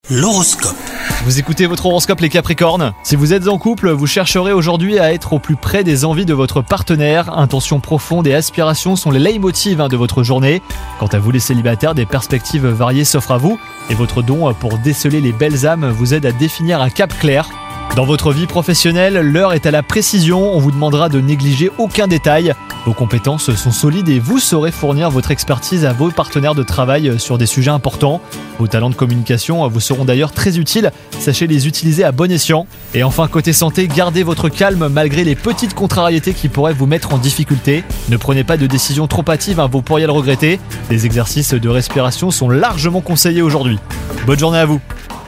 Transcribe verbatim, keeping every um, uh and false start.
L'horoscope. Vous écoutez votre horoscope les Capricornes. Si vous êtes en couple, vous chercherez aujourd'hui à être au plus près des envies de votre partenaire. Intentions profondes et aspirations sont les leitmotivs hein, de votre journée. Quant à vous les célibataires, des perspectives variées s'offrent à vous et votre don pour déceler les belles âmes vous aide à définir un cap clair. Dans votre vie professionnelle, l'heure est à la précision, on vous demandera de négliger aucun détail. Vos compétences sont solides et vous saurez fournir votre expertise à vos partenaires de travail sur des sujets importants. Vos talents de communication vous seront d'ailleurs très utiles, sachez les utiliser à bon escient. Et enfin côté santé, gardez votre calme malgré les petites contrariétés qui pourraient vous mettre en difficulté. Ne prenez pas de décisions trop hâtives, hein, vous pourriez le regretter. Des exercices de respiration sont largement conseillés aujourd'hui. Bonne journée à vous.